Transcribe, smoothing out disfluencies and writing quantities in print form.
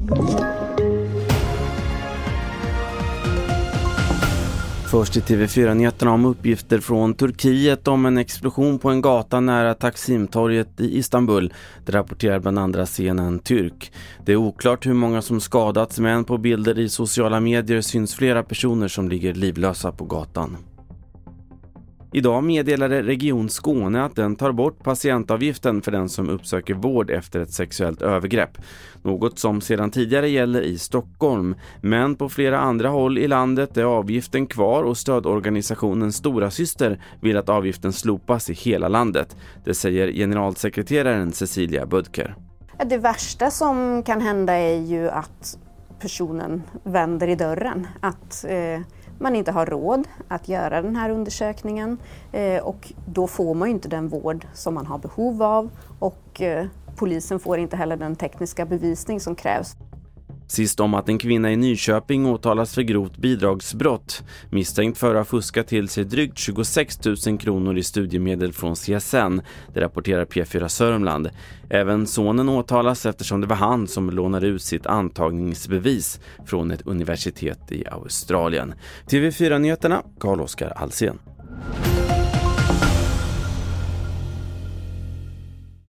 Först i TV4-nyheterna om uppgifter från Turkiet om en explosion på en gata nära Taksimtorget i Istanbul. Det rapporterar bland andra CNN Türk. Det är oklart hur många som skadats, men på bilder i sociala medier syns flera personer som ligger livlösa på gatan. Idag meddelade Region Skåne att den tar bort patientavgiften för den som uppsöker vård efter ett sexuellt övergrepp. Något som sedan tidigare gäller i Stockholm. Men på flera andra håll i landet är avgiften kvar och stödorganisationen Stora Syster vill att avgiften slopas i hela landet. Det säger generalsekreteraren Cecilia Bödker. Det värsta som kan hända är ju att personen vänder i dörren. Att man inte har råd att göra den här undersökningen och då får man ju inte den vård som man har behov av och polisen får inte heller den tekniska bevisning som krävs. Sist om att en kvinna i Nyköping åtalas för grovt bidragsbrott, misstänkt för att fuska till sig drygt 26 000 kronor i studiemedel från CSN, det rapporterar P4 Sörmland. Även sonen åtalas eftersom det var han som lånade ut sitt antagningsbevis från ett universitet i Australien. TV4-nyheterna, Carl-Oskar Alsen.